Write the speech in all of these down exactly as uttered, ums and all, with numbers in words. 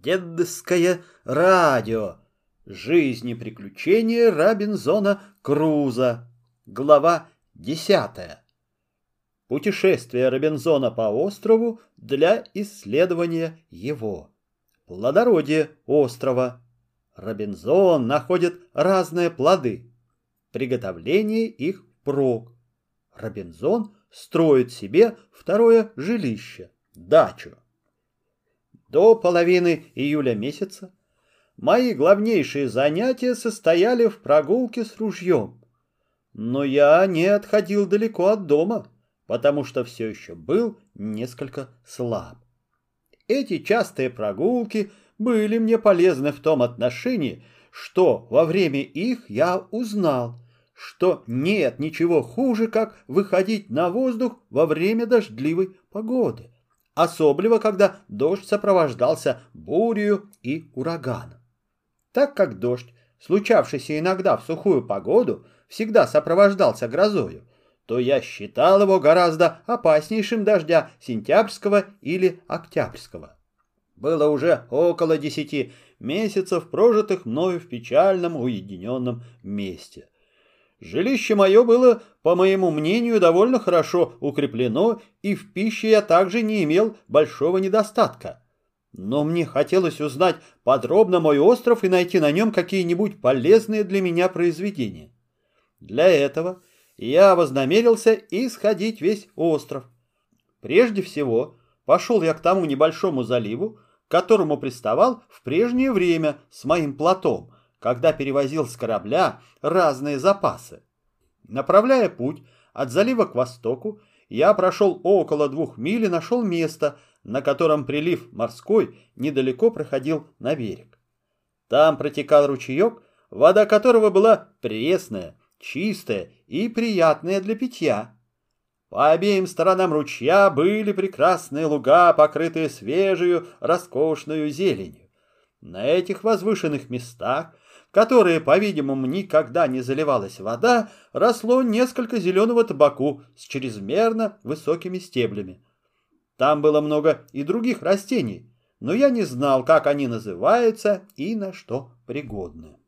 Дедовское радио. Жизнь и приключения Робинзона Круза. Глава десятая. Путешествие Робинзона по острову для исследования его. Плодородие острова. Робинзон находит разные плоды. Приготовление их впрок. Робинзон строит себе второе жилище, дачу. До половины июля месяца мои главнейшие занятия состояли в прогулке с ружьем. Но я не отходил далеко от дома, потому что все еще был несколько слаб. Эти частые прогулки были мне полезны в том отношении, что во время их я узнал, что нет ничего хуже, как выходить на воздух во время дождливой погоды, особенно когда дождь сопровождался бурею и ураганом. Так как дождь, случавшийся иногда в сухую погоду, всегда сопровождался грозою, то я считал его гораздо опаснейшим дождя сентябрьского или октябрьского. Было уже около десяти месяцев, прожитых мною в печальном уединенном месте. Жилище мое было, по моему мнению, довольно хорошо укреплено, и в пище я также не имел большого недостатка. Но мне хотелось узнать подробно мой остров и найти на нем какие-нибудь полезные для меня произведения. Для этого я вознамерился исходить весь остров. Прежде всего, пошел я к тому небольшому заливу, к которому приставал в прежнее время с моим плотом, когда перевозил с корабля разные запасы. Направляя путь от залива к востоку, я прошел около двух миль и нашел место, на котором прилив морской недалеко проходил на берег. Там протекал ручеек, вода которого была пресная, чистая и приятная для питья. По обеим сторонам ручья были прекрасные луга, покрытые свежей, роскошной зеленью. На этих возвышенных местах, в которые, по-видимому, никогда не заливалась вода, росло несколько зеленого табаку с чрезмерно высокими стеблями. Там было много и других растений, но я не знал, как они называются и на что пригодны.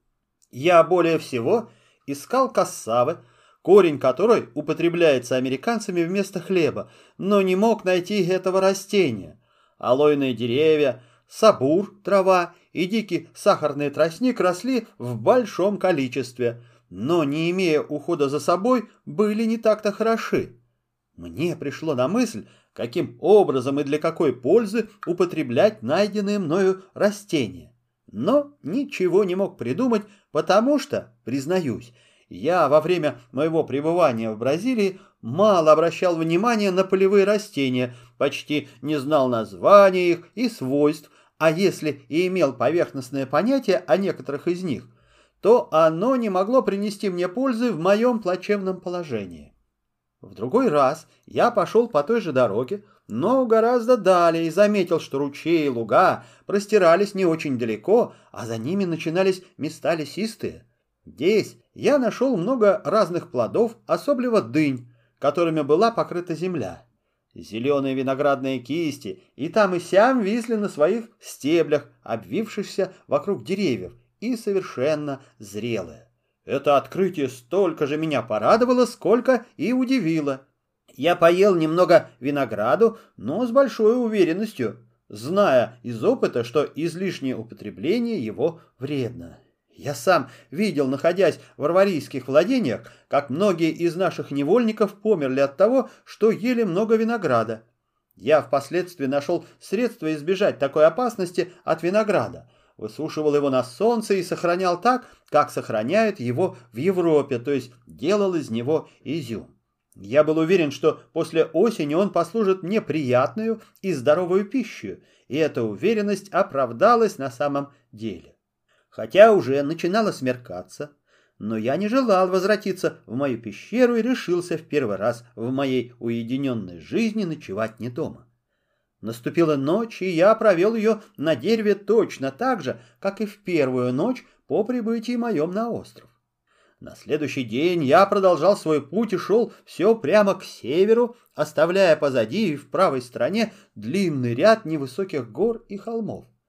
Я более всего искал кассавы, корень которой употребляется американцами вместо хлеба, но не мог найти этого растения. Алойные деревья, сабур, трава и дикий сахарный тростник росли в большом количестве, но, не имея ухода за собой, были не так-то хороши. Мне пришло на мысль, каким образом и для какой пользы употреблять найденные мною растения. Но ничего не мог придумать, потому что, признаюсь, я во время моего пребывания в Бразилии мало обращал внимания на полевые растения, почти не знал названий их и свойств, а если и имел поверхностное понятие о некоторых из них, то оно не могло принести мне пользы в моем плачевном положении. В другой раз я пошел по той же дороге, но гораздо далее и заметил, что ручьи и луга простирались не очень далеко, а за ними начинались места лесистые. Здесь я нашел много разных плодов, особенно дынь, которыми была покрыта земля. Зеленые виноградные кисти и там и сям висли на своих стеблях, обвившихся вокруг деревьев, и совершенно зрелые. Это открытие столько же меня порадовало, сколько и удивило. Я поел немного винограду, но с большой уверенностью, зная из опыта, что излишнее употребление его вредно. Я сам видел, находясь в арварийских владениях, как многие из наших невольников померли от того, что ели много винограда. Я впоследствии нашел средства избежать такой опасности от винограда. Высушивал его на солнце и сохранял так, как сохраняют его в Европе, то есть делал из него изюм. Я был уверен, что после осени он послужит мне приятную и здоровую пищу, и эта уверенность оправдалась на самом деле. Хотя уже начинало смеркаться, но я не желал возвратиться в мою пещеру и решился в первый раз в моей уединенной жизни ночевать не дома. Наступила ночь, и я провел ее на дереве точно так же, как и в первую ночь по прибытии моем на остров. На следующий день я продолжал свой путь и шел все прямо к северу, оставляя позади и в правой стороне длинный ряд невысоких гор и холмов.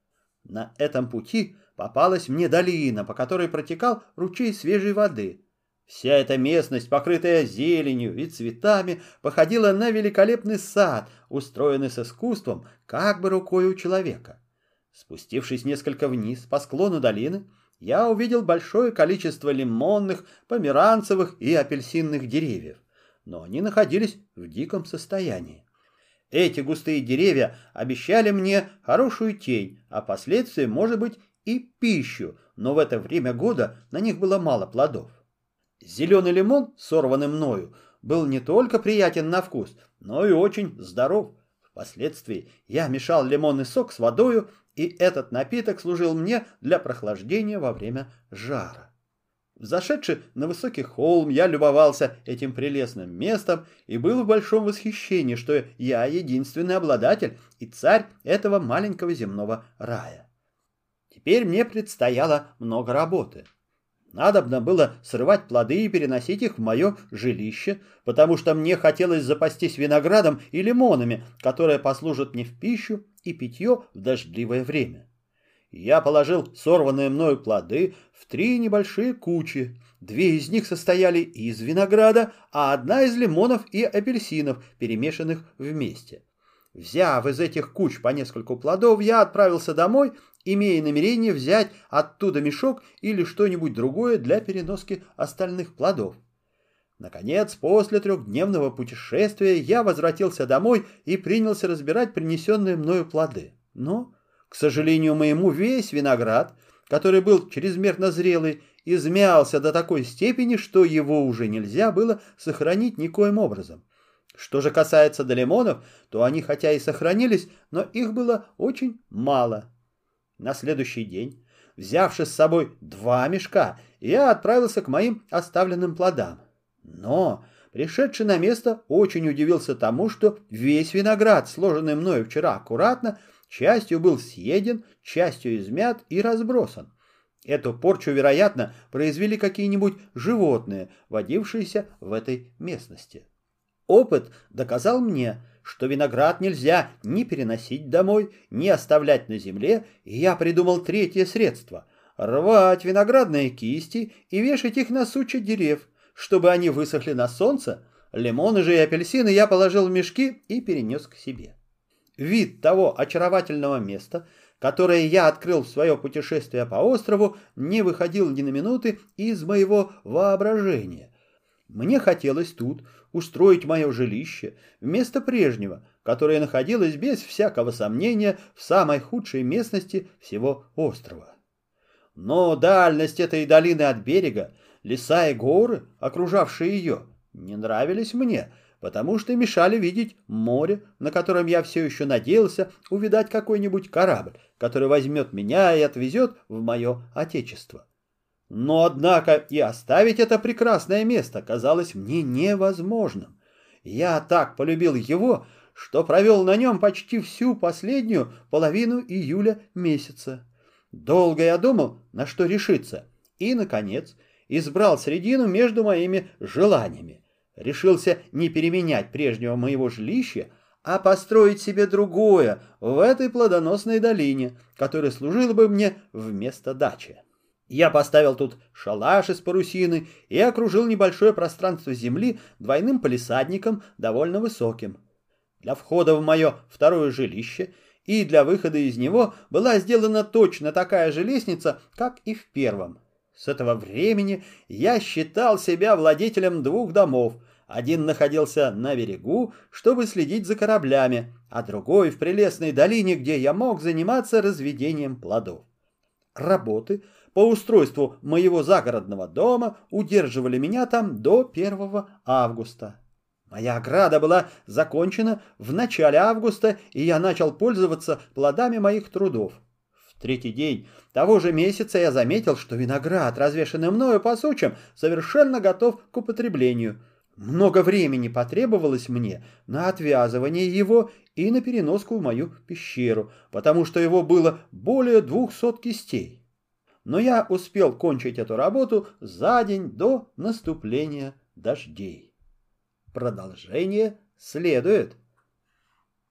На этом пути попалась мне долина, по которой протекал ручей свежей воды. Вся эта местность, покрытая зеленью и цветами, походила на великолепный сад, устроенный с искусством, как бы рукой у человека. Спустившись несколько вниз по склону долины, я увидел большое количество лимонных, померанцевых и апельсинных деревьев, но они находились в диком состоянии. Эти густые деревья обещали мне хорошую тень, а впоследствии, может быть, и пищу, но в это время года на них было мало плодов. Зеленый лимон, сорванный мною, был не только приятен на вкус, но и очень здоров. Впоследствии я мешал лимонный сок с водою, и этот напиток служил мне для прохлаждения во время жара. Взошедший на высокий холм, я любовался этим прелестным местом и был в большом восхищении, что я единственный обладатель и царь этого маленького земного рая. Теперь мне предстояло много работы. Надобно было срывать плоды и переносить их в мое жилище, потому что мне хотелось запастись виноградом и лимонами, которые послужат мне в пищу и питье в дождливое время. Я положил сорванные мною плоды в три небольшие кучи. Две из них состояли из винограда, а одна из лимонов и апельсинов, перемешанных вместе. Взяв из этих куч по нескольку плодов, я отправился домой, имея намерение взять оттуда мешок или что-нибудь другое для переноски остальных плодов. Наконец, после трехдневного путешествия я возвратился домой и принялся разбирать принесенные мною плоды. Но, к сожалению моему, весь виноград, который был чрезмерно зрелый, измялся до такой степени, что его уже нельзя было сохранить никоим образом. Что же касается до лимонов, то они хотя и сохранились, но их было очень мало. На следующий день, взявши с собой два мешка, я отправился к моим оставленным плодам. Но, пришедший на место, очень удивился тому, что весь виноград, сложенный мною вчера аккуратно, частью был съеден, частью измят и разбросан. Эту порчу, вероятно, произвели какие-нибудь животные, водившиеся в этой местности. Опыт доказал мне, что виноград нельзя ни переносить домой, ни оставлять на земле, и я придумал третье средство – рвать виноградные кисти и вешать их на сучья дерев, чтобы они высохли на солнце. Лимоны же и апельсины я положил в мешки и перенес к себе. Вид того очаровательного места, которое я открыл в свое путешествие по острову, не выходил ни на минуты из моего воображения. Мне хотелось тут устроить мое жилище вместо прежнего, которое находилось без всякого сомнения в самой худшей местности всего острова. Но дальность этой долины от берега, леса и горы, окружавшие ее, не нравились мне, потому что мешали видеть море, на котором я все еще надеялся увидать какой-нибудь корабль, который возьмет меня и отвезет в мое отечество. Но, однако, и оставить это прекрасное место казалось мне невозможным. Я так полюбил его, что провел на нем почти всю последнюю половину июля месяца. Долго я думал, на что решиться, и, наконец, избрал середину между моими желаниями. Решился не переменять прежнего моего жилища, а построить себе другое в этой плодоносной долине, которое служило бы мне вместо дачи. Я поставил тут шалаш из парусины и окружил небольшое пространство земли двойным палисадником, довольно высоким. Для входа в мое второе жилище и для выхода из него была сделана точно такая же лестница, как и в первом. С этого времени я считал себя владетелем двух домов. Один находился на берегу, чтобы следить за кораблями, а другой в прелестной долине, где я мог заниматься разведением плодов. Работы по устройству моего загородного дома удерживали меня там до первого августа. Моя ограда была закончена в начале августа, и я начал пользоваться плодами моих трудов. В третий день того же месяца я заметил, что виноград, развешанный мною по сучьям, совершенно готов к употреблению. Много времени потребовалось мне на отвязывание его и на переноску в мою пещеру, потому что его было более двухсот кистей. Но я успел кончить эту работу за день до наступления дождей. Продолжение следует.